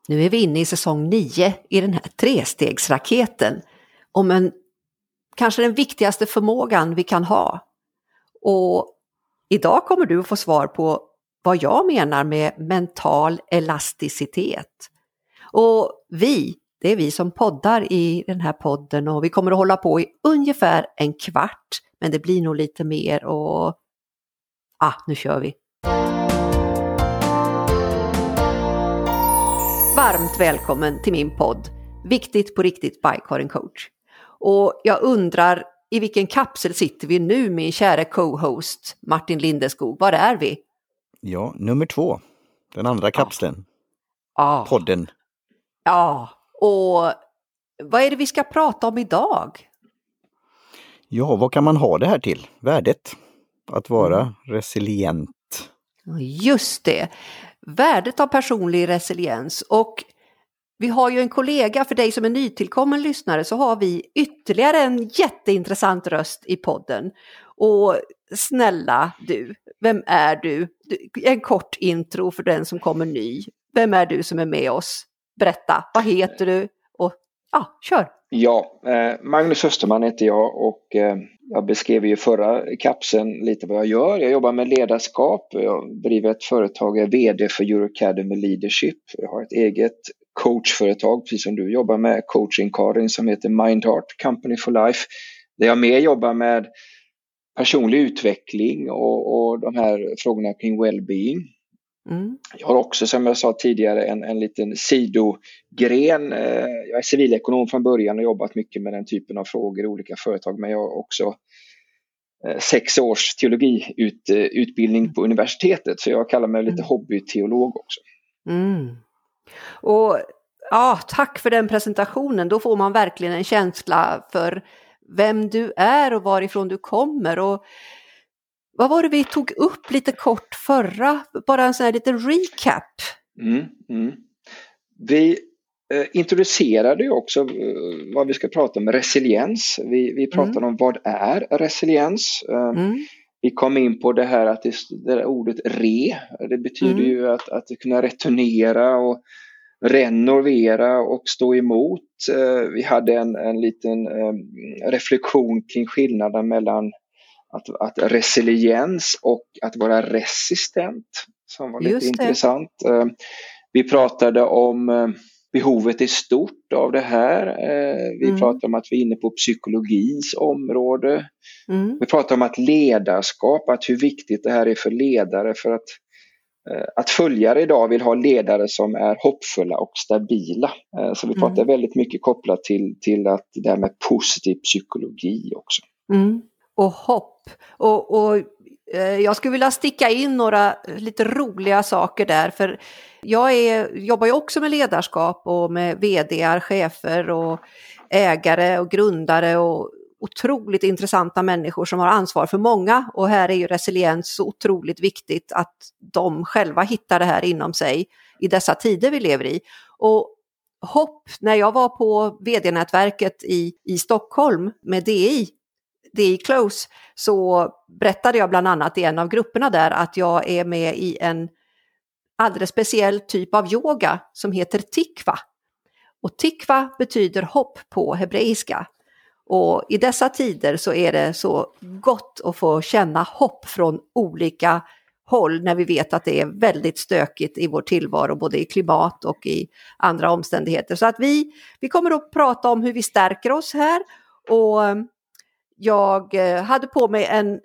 Nu är vi inne i säsong 9 i den här trestegsraketen om kanske den viktigaste förmågan vi kan ha. Och idag kommer du att få svar på vad jag menar med mental elasticitet. Och det är vi som poddar i den här podden och vi kommer att hålla på i ungefär en kvart. Men det blir nog lite mer och nu kör vi. Varmt välkommen till min podd Viktigt på riktigt by Karin Coach. Och jag undrar, i vilken kapsel sitter vi nu, min kära co-host Martin Lindeskog? Var är vi? Ja, nummer 2. Den andra kapseln. Ja. Podden. Ja, och vad är det vi ska prata om idag? Ja, vad kan man ha det här till? Värdet. Att vara resilient. Just det. Värdet av personlig resiliens. Och vi har ju en kollega, för dig som är nytillkommen lyssnare så har vi ytterligare en jätteintressant röst i podden. Och snälla du, vem är du? En kort intro för den som kommer ny. Vem är du som är med oss? Berätta, vad heter du? Och kör! Ja, Magnus Österman heter jag och jag beskrev ju förra kapseln lite vad jag gör. Jag jobbar med ledarskap, jag driver ett företag, jag är vd för Eurocademy Leadership. Jag har ett eget coachföretag, precis som du jobbar med, coaching Karin, som heter Mindheart Company for Life. Där jag mer jobbar med personlig utveckling och de här frågorna kring well-being. Jag har också, som jag sa tidigare, en liten sidogren. Jag är civilekonom från början och jobbat mycket med den typen av frågor i olika företag. Men jag har också 6 års teologiutbildning på universitetet. Så jag kallar mig lite hobbyteolog också. Och tack för den presentationen. Då får man verkligen en känsla för vem du är och varifrån du kommer. Och vad var det vi tog upp lite kort förra? Bara en sån här liten recap. Vi introducerade ju också vad vi ska prata om, resiliens. Vi pratade om vad är resiliens. Vi kom in på det här att det ordet det betyder ju att kunna returnera och renovera och stå emot. Vi hade en liten reflektion kring skillnaden mellan att resiliens och att vara resistent, som var lite intressant. Vi pratade om behovet är stort av det här. Vi pratade om att vi är inne på psykologins område. Vi pratade om att ledarskap, att hur viktigt det här är för ledare, för att följare idag vill ha ledare som är hoppfulla och stabila. Så vi pratar väldigt mycket kopplat till att det här med positiv psykologi också. Och hopp. Och jag skulle vilja sticka in några lite roliga saker där. För jag jobbar ju också med ledarskap och med vd:ar, chefer och ägare och grundare och otroligt intressanta människor som har ansvar för många. Och här är ju resiliens så otroligt viktigt att de själva hittar det här inom sig i dessa tider vi lever i. Och hopp, när jag var på vd-nätverket i Stockholm med DI Close, så berättade jag bland annat i en av grupperna där att jag är med i en alldeles speciell typ av yoga som heter tikva. Och tikva betyder hopp på hebreiska. Och i dessa tider så är det så gott att få känna hopp från olika håll när vi vet att det är väldigt stökigt i vår tillvaro, både i klimat och i andra omständigheter. Så att vi kommer att prata om hur vi stärker oss här. Och jag hade på mig en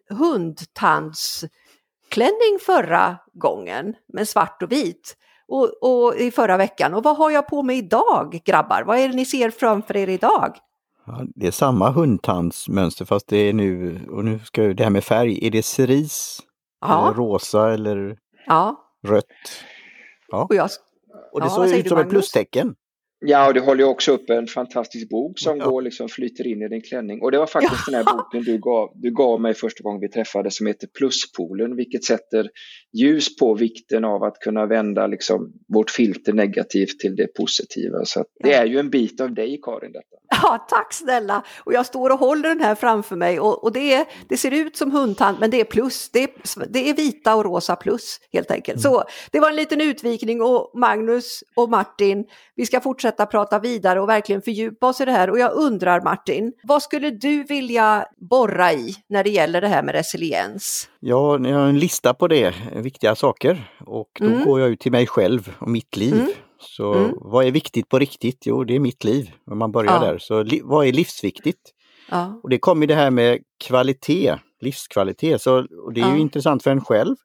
hundtandsklänning förra gången med svart och vit och i förra veckan. Och vad har jag på mig idag, grabbar? Vad är det ni ser framför er idag? Ja, det är samma hundtandsmönster fast det är nu, och nu ska det här med färg, är det cerise? Eller rosa eller rött? Ja. Och det såg ut som ett plustecken. Ja, och du håller ju också upp en fantastisk bok som går liksom flyter in i din klänning. Och det var faktiskt den här boken du gav mig första gången vi träffades, som heter Pluspolen, vilket sätter ljus på vikten av att kunna vända liksom vårt filter negativt till det positiva. Så det är ju en bit av dig, Karin, detta. Ja, tack snälla. Och jag står och håller den här framför mig och det ser ut som hundtand, men det är plus. Det är vita och rosa plus helt enkelt. Så det var en liten utvikning, och Magnus och Martin, vi ska fortsätta prata vidare och verkligen fördjupa oss i det här. Och jag undrar, Martin, vad skulle du vilja borra i när det gäller det här med resiliens? Ja, jag har en lista på det, viktiga saker, och då går jag ut till mig själv och mitt liv. Så vad är viktigt på riktigt? Jo, det är mitt liv. Om man börjar där. Så vad är livsviktigt? Ja. Och det kommer det här med kvalitet, livskvalitet. Och det är ju intressant för en själv.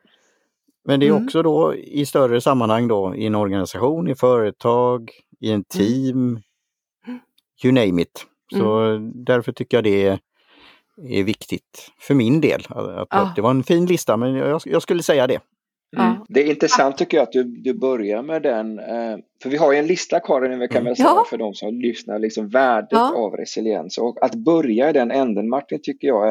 Men det är också då i större sammanhang då, i en organisation, i företag, i en team, you name it. Så därför tycker jag det är viktigt för min del. Att det var en fin lista, men jag skulle säga det. Det är intressant tycker jag att du börjar med den, för vi har ju en lista, Karin, kan man säga, för de som lyssnar, liksom värdet av resiliens, och att börja i den änden, Martin, tycker jag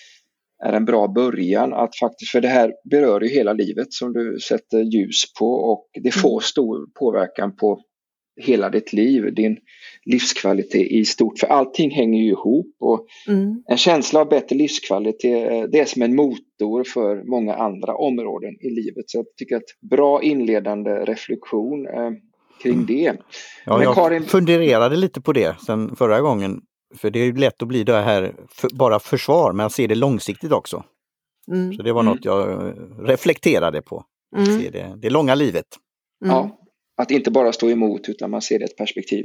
är en bra början, att faktiskt, för det här berör ju hela livet som du sätter ljus på, och det får stor påverkan på hela ditt liv, din livskvalitet i stort, för allting hänger ju ihop, och en känsla av bättre livskvalitet, det är som en motor för många andra områden i livet. Så jag tycker att bra inledande reflektion kring det. Ja, jag Karin funderade lite på det sen förra gången, för det är ju lätt att bli det här bara försvar, men jag ser det långsiktigt också. Så det var något jag reflekterade på. Se det långa livet. Ja. Att inte bara stå emot, utan man ser det ett perspektiv.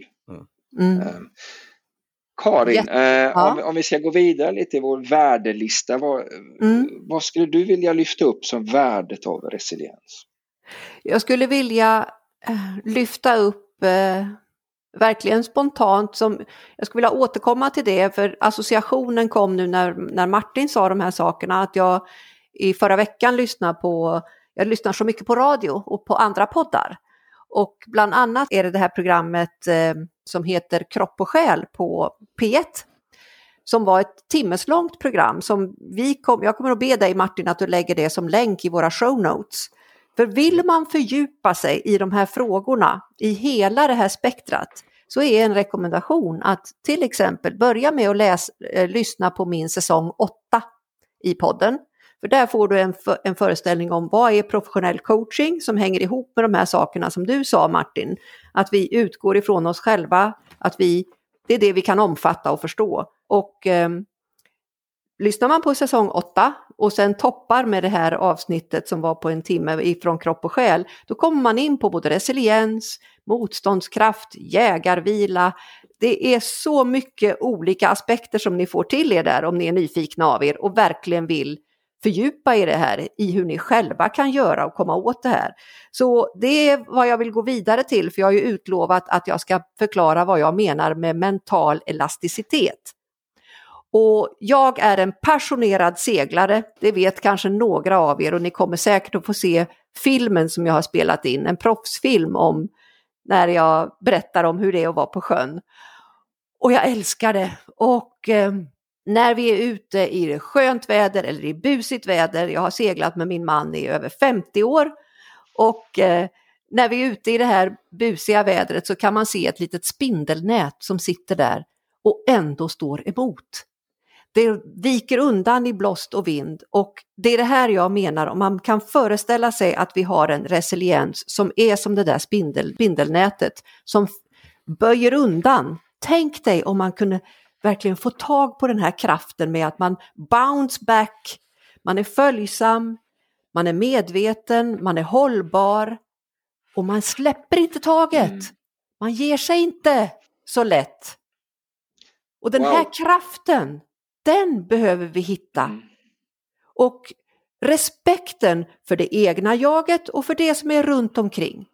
Karin, om vi ska gå vidare lite i vår värdelista. Vad skulle du vilja lyfta upp som värdet av resiliens? Jag skulle vilja lyfta upp verkligen spontant. Jag skulle vilja återkomma till det, för associationen kom nu när Martin sa de här sakerna. Att jag i förra veckan jag lyssnar så mycket på radio och på andra poddar. Och bland annat är det här programmet som heter Kropp och själ på P1. Som var ett timmeslångt program som jag kommer att be dig, Martin, att du lägger det som länk i våra show notes. För vill man fördjupa sig i de här frågorna, i hela det här spektrat, så är en rekommendation att till exempel börja med att lyssna på min säsong 8 i podden. För där får du en föreställning om vad är professionell coaching, som hänger ihop med de här sakerna som du sa, Martin. Att vi utgår ifrån oss själva, att det är det vi kan omfatta och förstå. Och lyssnar man på säsong 8 och sen toppar med det här avsnittet som var på en timme ifrån kropp och själ, då kommer man in på både resiliens, motståndskraft, jägarvila. Det är så mycket olika aspekter som ni får till er där, om ni är nyfikna av er och verkligen vill fördjupa i det här, i hur ni själva kan göra och komma åt det här. Så det är vad jag vill gå vidare till, för jag har ju utlovat att jag ska förklara vad jag menar med mental elasticitet. Och jag är en passionerad seglare, det vet kanske några av er, och ni kommer säkert att få se filmen som jag har spelat in, en proffsfilm om när jag berättar om hur det är att vara på sjön. Och jag älskar det, och när vi är ute i skönt väder eller i busigt väder, jag har seglat med min man i över 50 år, och när vi är ute i det här busiga vädret så kan man se ett litet spindelnät som sitter där och ändå står emot. Det viker undan i blåst och vind, och det är det här jag menar, om man kan föreställa sig att vi har en resiliens som är som det där spindelnätet som böjer undan. Tänk dig om man kunde verkligen få tag på den här kraften med att man bounce back, man är följsam, man är medveten, man är hållbar och man släpper inte taget. Man ger sig inte så lätt. Och den här kraften, den behöver vi hitta. Och respekten för det egna jaget och för det som är runt omkring.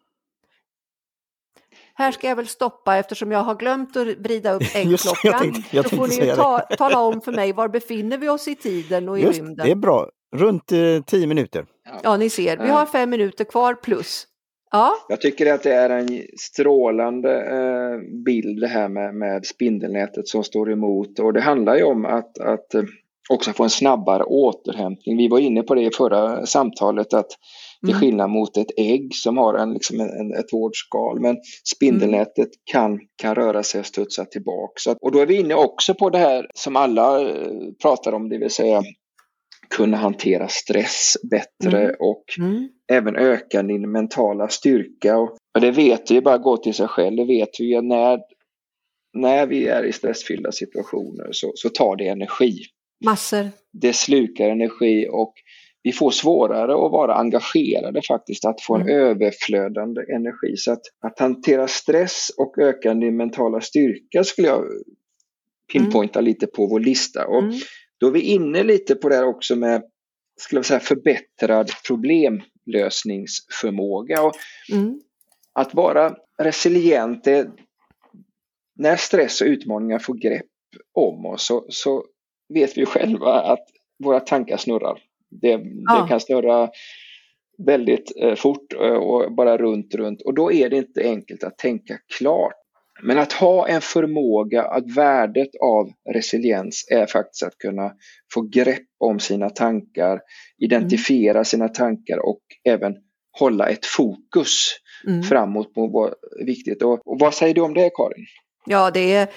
Här ska jag väl stoppa eftersom jag har glömt att vrida upp äggklockan. Så får ni tala om för mig, var befinner vi oss i tiden och i rymden. Det är bra, runt 10 minuter. Ja, ni ser, vi har 5 minuter kvar plus. Ja. Jag tycker att det är en strålande bild det här med spindelnätet som står emot. Och det handlar ju om att också få en snabbare återhämtning. Vi var inne på det i förra samtalet att till skillnad mot ett ägg som har ett vårdskal. Men spindelnätet kan röra sig och studsa tillbaka. Och då är vi inne också på det här som alla pratar om, det vill säga kunna hantera stress bättre och även öka din mentala styrka. Och det vet du ju, bara gå till sig själv. Det vet du ju när vi är i stressfyllda situationer så tar det energi. Massor. Det slukar energi och vi får svårare att vara engagerade faktiskt, att få en överflödande energi. Så att hantera stress och öka din mentala styrka skulle jag pinpointa lite på vår lista. Och då är vi inne lite på det här också med, skulle jag säga, förbättrad problemlösningsförmåga. Och att vara resilient, när stress och utmaningar får grepp om oss så vet vi ju själva att våra tankar snurrar. Det kan snurra väldigt fort och bara runt. Och då är det inte enkelt att tänka klart. Men att ha en förmåga, att värdet av resiliens är faktiskt att kunna få grepp om sina tankar, identifiera sina tankar och även hålla ett fokus framåt på vad är viktigt. Och vad säger du om det, Karin? Ja,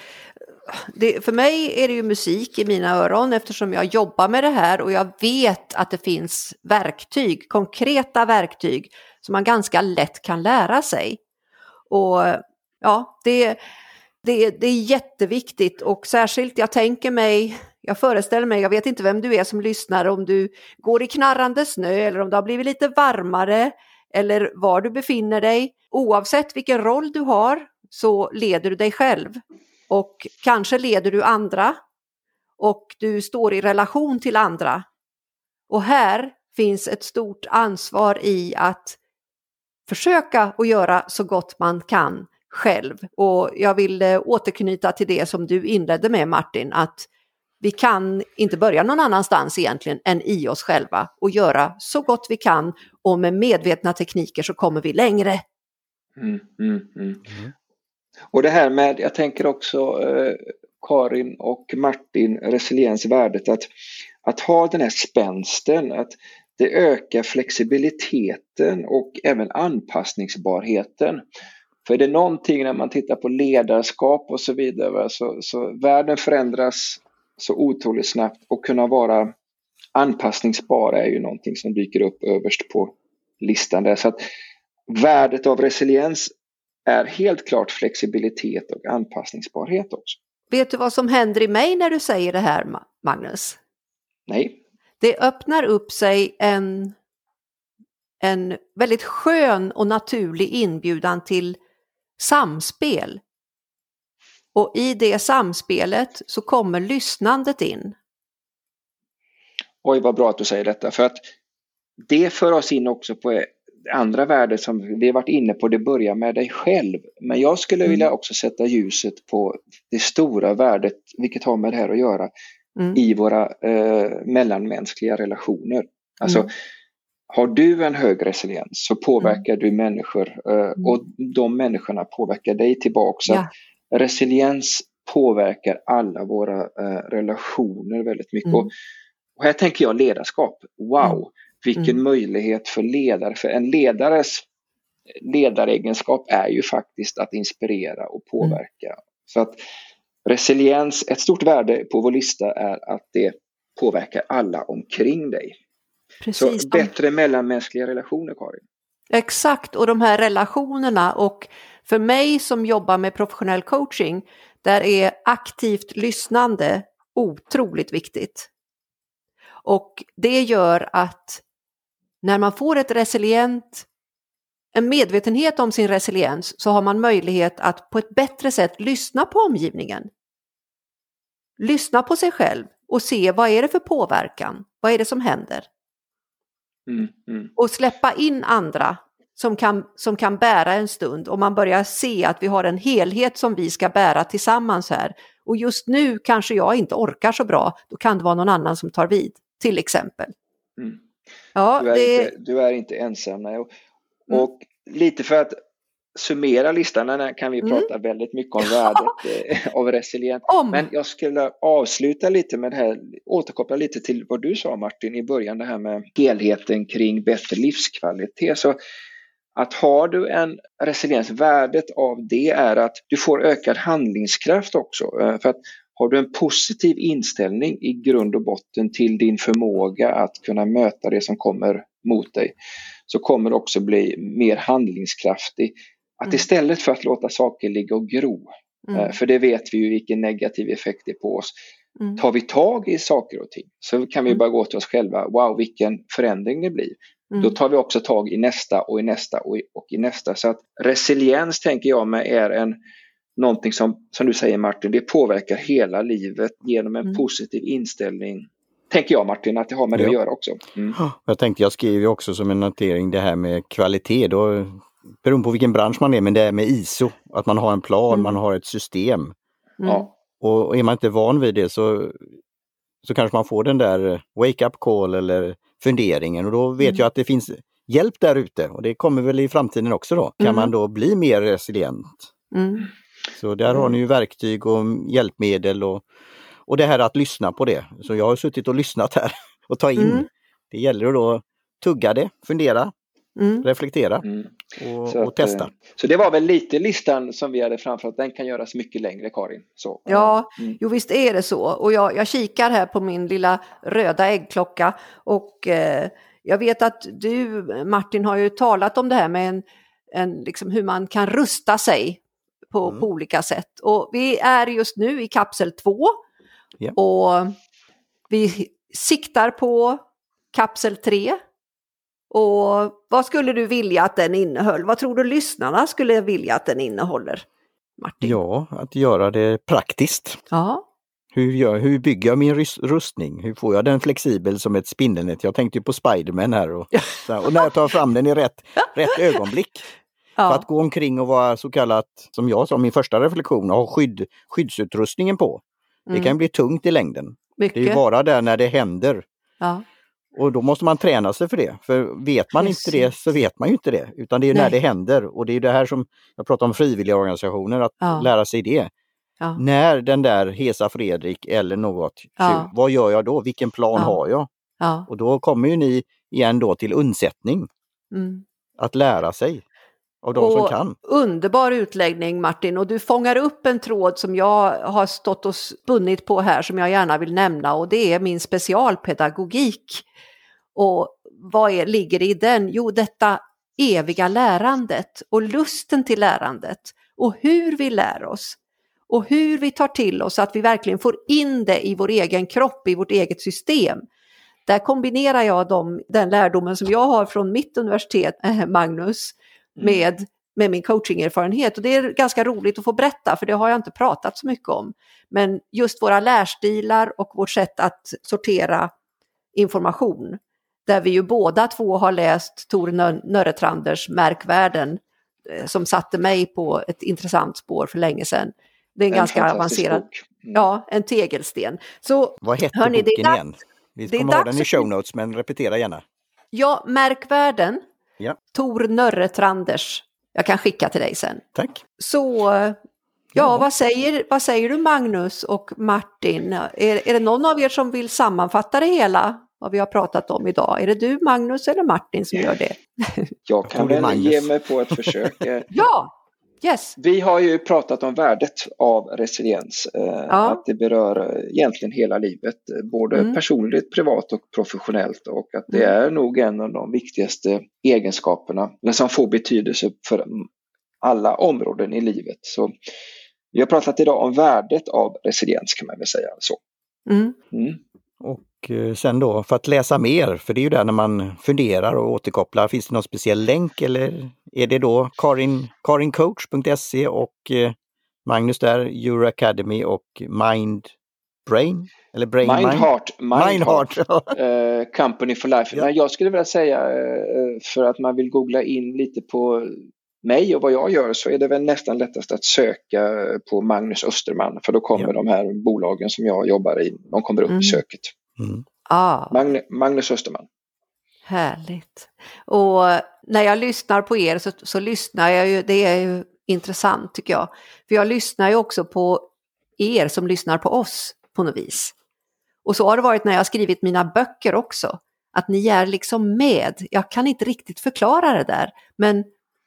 för mig är det ju musik i mina öron eftersom jag jobbar med det här och jag vet att det finns verktyg, konkreta verktyg som man ganska lätt kan lära sig. Och ja, det är jätteviktigt och särskilt jag föreställer mig, jag vet inte vem du är som lyssnar, om du går i knarrande snö eller om det har blivit lite varmare eller var du befinner dig. Oavsett vilken roll du har så leder du dig själv och kanske leder du andra och du står i relation till andra. Och här finns ett stort ansvar i att försöka att göra så gott man kan själv. Och jag vill återknyta till det som du inledde med, Martin, att vi kan inte börja någon annanstans egentligen än i oss själva och göra så gott vi kan, och med medvetna tekniker så kommer vi längre. Och det här med, jag tänker också Karin och Martin, resiliensvärdet, att ha den här spänsten, att det ökar flexibiliteten och även anpassningsbarheten. För det är någonting när man tittar på ledarskap och så vidare, så världen förändras så otroligt snabbt, och kunna vara anpassningsbar är ju någonting som dyker upp överst på listan där. Så att värdet av resiliens är helt klart flexibilitet och anpassningsbarhet också. Vet du vad som händer i mig när du säger det här, Magnus? Nej. Det öppnar upp sig en väldigt skön och naturlig inbjudan till samspel. Och i det samspelet så kommer lyssnandet in. Oj, vad bra att du säger detta. För att det för oss in också på andra värden som vi har varit inne på. Det börjar med dig själv. Men jag skulle vilja också sätta ljuset på det stora värdet, vilket har med det här att göra, i våra mellanmänskliga relationer. Alltså, har du en hög resiliens så påverkar du människor och de människorna påverkar dig tillbaka. Så resiliens påverkar alla våra relationer väldigt mycket. Och här tänker jag ledarskap. Wow, vilken möjlighet för ledare. För en ledares ledaregenskap är ju faktiskt att inspirera och påverka. Så att resiliens, ett stort värde på vår lista är att det påverkar alla omkring dig. Precis. Så bättre mellanmänskliga relationer, Karin. Exakt, och de här relationerna, och för mig som jobbar med professionell coaching, där är aktivt lyssnande otroligt viktigt. Och det gör att när man får en medvetenhet om sin resiliens, så har man möjlighet att på ett bättre sätt lyssna på omgivningen. Lyssna på sig själv och se vad är det för påverkan, vad är det som händer. Och släppa in andra som kan bära en stund, och man börjar se att vi har en helhet som vi ska bära tillsammans här. Och just nu kanske jag inte orkar så bra, då kan det vara någon annan som tar vid, till exempel. Ja, du är inte ensam. Och lite för att summera listan, där kan vi prata väldigt mycket om värdet av resiliens. Men jag skulle avsluta lite med det här, återkoppla lite till vad du sa Martin i början, det här med helheten kring bättre livskvalitet. Så att har du en resiliens, värdet av det är att du får ökad handlingskraft också. För att har du en positiv inställning i grund och botten till din förmåga att kunna möta det som kommer mot dig, så kommer du också bli mer handlingskraftig. Att istället för att låta saker ligga och gro, för det vet vi ju vilken negativ effekt det är på oss. Tar vi tag i saker och ting så kan vi bara gå till oss själva, wow vilken förändring det blir. Då tar vi också tag i nästa och i nästa och i nästa. Så att resiliens tänker jag med är någonting som du säger Martin, det påverkar hela livet genom en positiv inställning. Tänker jag Martin att det har med det att göra också. Jag skriver ju också som en notering det här med kvalitet. Då, beroende på vilken bransch man är, men det är med ISO. Att man har en plan, man har ett system. Och är man inte van vid det så kanske man får den där wake-up call eller funderingen. Och då vet jag att det finns hjälp där ute. Och det kommer väl i framtiden också då. Kan man då bli mer resilient? Så där har ni ju verktyg och hjälpmedel och det här att lyssna på det. Så jag har suttit och lyssnat här och ta in. Det gäller att då tugga det, fundera, reflektera och testa. Så det var väl lite listan som vi hade framför att den kan göras mycket längre, Karin. Så. Ja, jo visst är det så. Och jag kikar här på min lilla röda äggklocka och jag vet att du Martin har ju talat om det här med liksom hur man kan rusta sig på olika sätt. Och vi är just nu i kapsel 2 och vi siktar på kapsel 3. Och vad skulle du vilja att den innehöll? Vad tror du lyssnarna skulle vilja att den innehåller, Martin? Ja, att göra det praktiskt. Ja. Hur bygger jag min rustning? Hur får jag den flexibel som ett spindelnät? Jag tänkte ju på Spiderman här. Och när jag tar fram den i rätt ögonblick. För att gå omkring och vara så kallat, som jag sa, min första reflektion, ha skyddsutrustningen på. Det kan bli tungt i längden. Mycket. Det är ju bara där när det händer. Ja. Och då måste man träna sig för det. För vet man inte det så vet man ju inte det. Utan det är ju när det händer. Och det är det här som jag pratar om frivilliga organisationer. Att lära sig det. Ja. När den där Hesa Fredrik eller något. Vad gör jag då? Vilken plan har jag? Ja. Och då kommer ju ni igen då till undsättning. Att lära sig. Av de som kan. Underbar utläggning Martin, och du fångar upp en tråd som jag har stått och spunnit på här som jag gärna vill nämna, och det är min specialpedagogik. Och vad ligger i den? Jo, detta eviga lärandet och lusten till lärandet och hur vi lär oss och hur vi tar till oss att vi verkligen får in det i vår egen kropp, i vårt eget system. Där kombinerar jag den lärdomen som jag har från mitt universitet, Magnus, med min coachingerfarenhet, och det är ganska roligt att få berätta, för det har jag inte pratat så mycket om, men just våra lärstilar och vårt sätt att sortera information, där vi ju båda två har läst Tor Nörretranders Märkvärden, som satte mig på ett intressant spår för länge sedan. Det är en ganska avancerad, en tegelsten. Så, vad heter boken igen? Vi kommer ha den i show notes, men repetera gärna. Ja, Märkvärden. Ja. Tor Nörretranders. Jag kan skicka till dig sen. Tack. Så, vad säger du Magnus och Martin? Är det någon av er som vill sammanfatta det hela, vad vi har pratat om idag? Är det du Magnus eller Martin som gör det? Jag kan väl ge mig på ett försök. Yes. Vi har ju pratat om värdet av resiliens. Att det berör egentligen hela livet. Både personligt, privat och professionellt. Och att det är nog en av de viktigaste egenskaperna. Som får betydelse för alla områden i livet. Så vi har pratat idag om värdet av resiliens, kan man väl säga så. Och sen då, för att läsa mer, för det är ju där när man funderar och återkopplar, finns det någon speciell länk eller är det då karincoach.se och Magnus där, Euro Academy och Mindbrain? Eller Mindheart. Company for Life. Ja. Men jag skulle vilja säga, för att man vill googla in lite på mig och vad jag gör, så är det väl nästan lättast att söka på Magnus Österman, för då kommer de här bolagen som jag jobbar i, de kommer upp i söket. Magnus Österman. Härligt. Och när jag lyssnar på er så lyssnar jag ju, det är ju intressant tycker jag. För jag lyssnar ju också på er som lyssnar på oss på något vis. Och så har det varit när jag har skrivit mina böcker också. Att ni är liksom med. Jag kan inte riktigt förklara det där. Men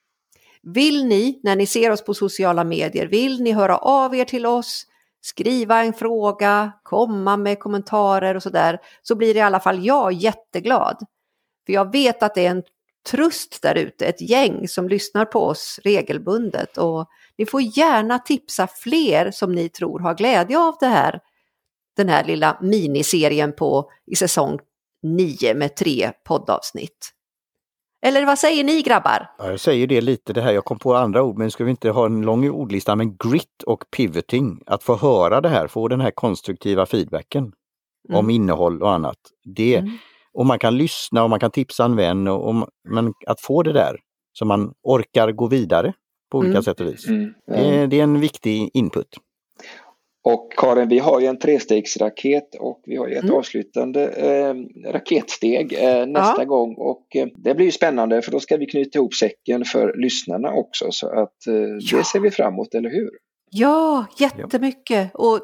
vill ni, när ni ser oss på sociala medier, vill ni höra av er till oss, skriva en fråga, komma med kommentarer och sådär, så blir det i alla fall jag jätteglad. För jag vet att det är en tröst där ute, ett gäng som lyssnar på oss regelbundet. Och ni får gärna tipsa fler som ni tror har glädje av den här lilla miniserien i säsong 9 med 3 poddavsnitt. Eller vad säger ni grabbar? Ja, jag säger det lite det här, jag kom på andra ord, men ska vi inte ha en lång ordlista, men grit och pivoting, att få höra det här, få den här konstruktiva feedbacken om innehåll och annat. Och man kan lyssna och man kan tipsa en vän, men att få det där så man orkar gå vidare på olika sätt och vis. Det är en viktig input. Och Karin, vi har ju en 3-stegsraket och vi har ju ett avslutande raketsteg nästa gång. Och det blir ju spännande för då ska vi knyta ihop säcken för lyssnarna också. Så att det ser vi fram emot, eller hur? Ja, jättemycket. Och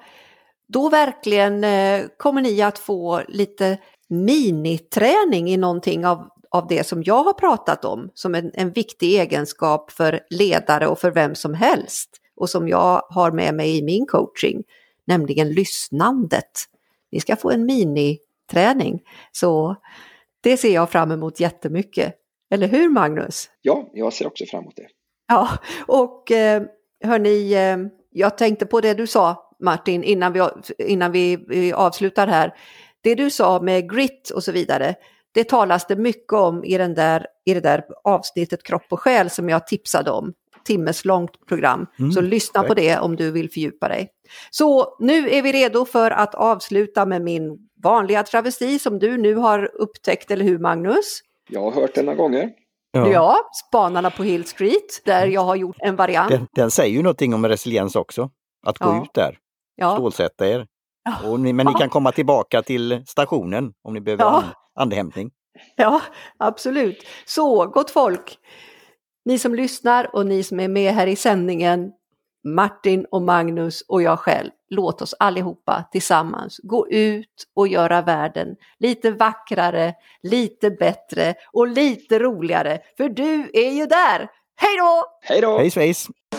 då verkligen kommer ni att få lite miniträning i någonting av det som jag har pratat om. Som en viktig egenskap för ledare och för vem som helst. Och som jag har med mig i min coaching, nämligen lyssnandet. Ni ska få en miniträning. Så det ser jag fram emot jättemycket. Eller hur Magnus? Ja, jag ser också fram emot det. Ja, och hörni, jag tänkte på det du sa Martin innan vi avslutar här. Det du sa med grit och så vidare, det talas det mycket om i det där avsnittet Kropp och själ som jag tipsade om. Timmeslångt program. Så lyssna på det om du vill fördjupa dig. Så nu är vi redo för att avsluta med min vanliga travesti som du nu har upptäckt, eller hur Magnus? Jag har hört den några gånger. Ja, Spanarna på Hill Street, där jag har gjort en variant. Den säger ju någonting om resiliens också. Att gå ut där, stålsätta er. Men ni kan komma tillbaka till stationen om ni behöver andhämtning. Ja, absolut. Så, gott folk. Ni som lyssnar och ni som är med här i sändningen, Martin och Magnus och jag själv, låt oss allihopa tillsammans gå ut och göra världen lite vackrare, lite bättre och lite roligare. För du är ju där. Hej då! Hej då! Hej svejs!